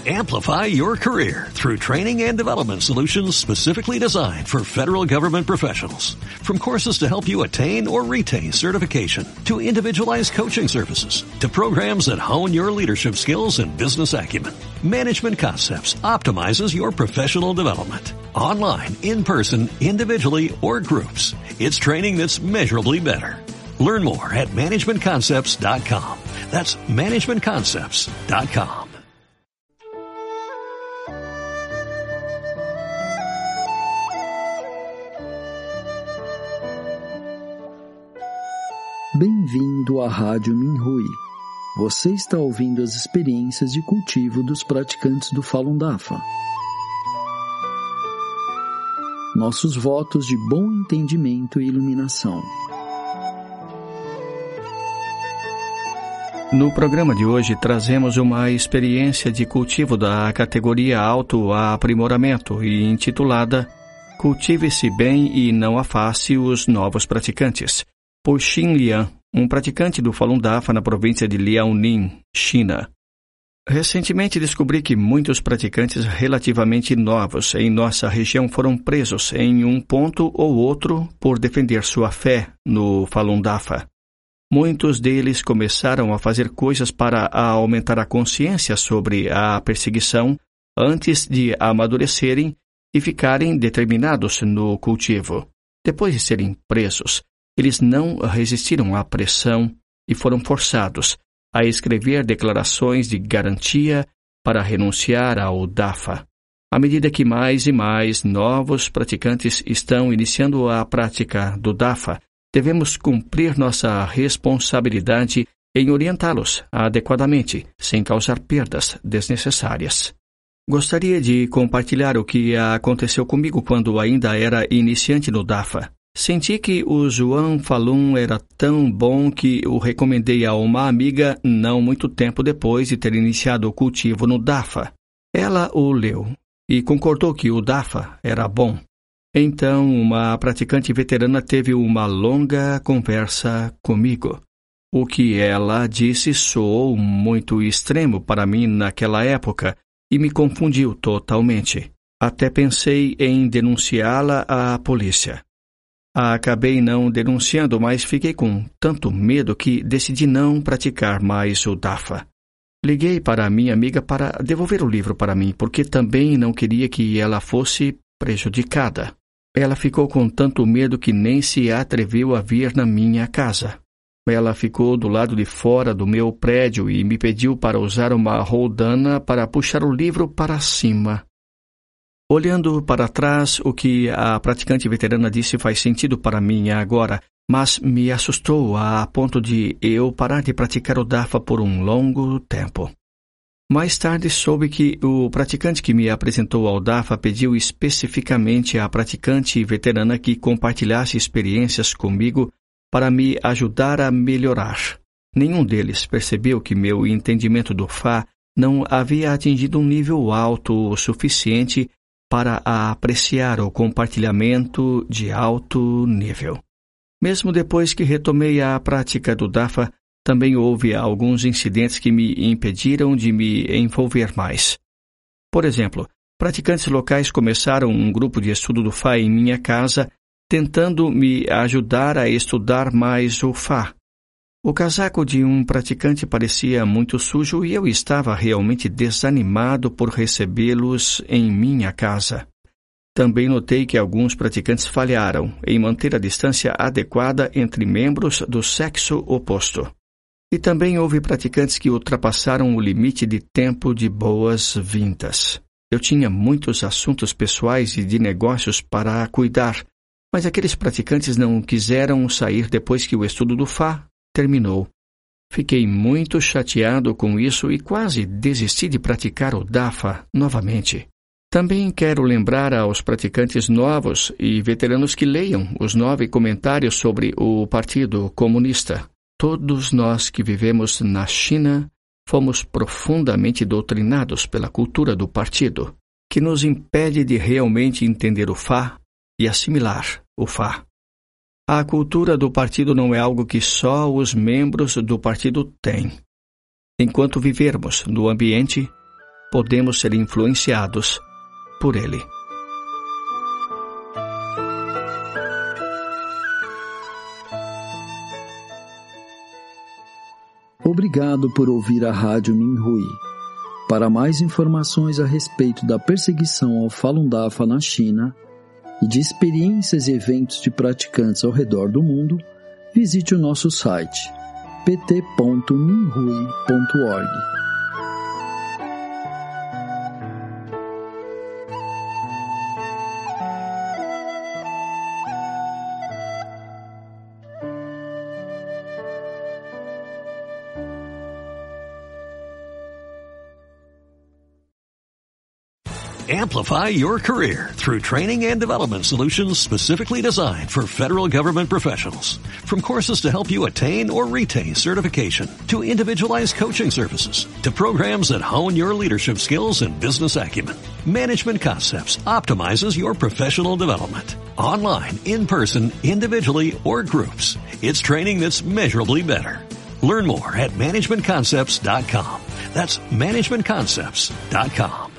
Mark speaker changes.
Speaker 1: Amplify your career through training and development solutions specifically designed for federal government professionals. From courses to help you attain or retain certification, to individualized coaching services, to programs that hone your leadership skills and business acumen, Management Concepts optimizes your professional development. Online, in person, individually, or groups, it's training that's measurably better. Learn more at managementconcepts.com. That's managementconcepts.com.
Speaker 2: Bem-vindo à Rádio Minhui. Você está ouvindo as experiências de cultivo dos praticantes do Falun Dafa. Nossos votos de bom entendimento e iluminação.
Speaker 3: No programa de hoje, trazemos uma experiência de cultivo da categoria Autoaprimoramento e intitulada Cultive-se bem e não afaste os novos praticantes, por Xin Lian, um praticante do Falun Dafa na província de Liaoning, China. Recentemente descobri que muitos praticantes relativamente novos em nossa região foram presos em um ponto ou outro por defender sua fé no Falun Dafa. Muitos deles começaram a fazer coisas para aumentar a consciência sobre a perseguição antes de amadurecerem e ficarem determinados no cultivo. Depois de serem presos, eles não resistiram à pressão e foram forçados a escrever declarações de garantia para renunciar ao Dafa. À medida que mais e mais novos praticantes estão iniciando a prática do Dafa, devemos cumprir nossa responsabilidade em orientá-los adequadamente, sem causar perdas desnecessárias. Gostaria de compartilhar o que aconteceu comigo quando ainda era iniciante no Dafa. Senti que o Zhuang Falun era tão bom que o recomendei a uma amiga não muito tempo depois de ter iniciado o cultivo no Dafa. Ela o leu e concordou que o Dafa era bom. Então, uma praticante veterana teve uma longa conversa comigo. O que ela disse soou muito extremo para mim naquela época e me confundiu totalmente. Até pensei em denunciá-la à polícia. Acabei não denunciando, mas fiquei com tanto medo que decidi não praticar mais o Dafa. Liguei para minha amiga para devolver o livro para mim, porque também não queria que ela fosse prejudicada. Ela ficou com tanto medo que nem se atreveu a vir na minha casa. Ela ficou do lado de fora do meu prédio e me pediu para usar uma roldana para puxar o livro para cima. Olhando para trás, o que a praticante veterana disse faz sentido para mim agora, mas me assustou a ponto de eu parar de praticar o Dafa por um longo tempo. Mais tarde soube que o praticante que me apresentou ao Dafa pediu especificamente à praticante veterana que compartilhasse experiências comigo para me ajudar a melhorar. Nenhum deles percebeu que meu entendimento do Fá não havia atingido um nível alto o suficiente para apreciar o compartilhamento de alto nível. Mesmo depois que retomei a prática do Dafa, também houve alguns incidentes que me impediram de me envolver mais. Por exemplo, praticantes locais começaram um grupo de estudo do Fá em minha casa, tentando me ajudar a estudar mais o Fá. O casaco de um praticante parecia muito sujo e eu estava realmente desanimado por recebê-los em minha casa. Também notei que alguns praticantes falharam em manter a distância adequada entre membros do sexo oposto. E também houve praticantes que ultrapassaram o limite de tempo de boas-vindas. Eu tinha muitos assuntos pessoais e de negócios para cuidar, mas aqueles praticantes não quiseram sair depois que o estudo do Fá terminou. Fiquei muito chateado com isso e quase desisti de praticar o Dafa novamente. Também quero lembrar aos praticantes novos e veteranos que leiam os 9 comentários sobre o Partido Comunista. Todos nós que vivemos na China fomos profundamente doutrinados pela cultura do partido, que nos impede de realmente entender o Fá e assimilar o Fá. A cultura do partido não é algo que só os membros do partido têm. Enquanto vivermos no ambiente, podemos ser influenciados por ele.
Speaker 2: Obrigado por ouvir a Rádio Minhui. Para mais informações a respeito da perseguição ao Falun Dafa na China e de experiências e eventos de praticantes ao redor do mundo, visite o nosso site pt.minhui.org.
Speaker 1: Amplify your career through training and development solutions specifically designed for federal government professionals. From courses to help you attain or retain certification, to individualized coaching services, to programs that hone your leadership skills and business acumen, Management Concepts optimizes your professional development. Online, in person, individually, or groups, it's training that's measurably better. Learn more at managementconcepts.com. That's managementconcepts.com.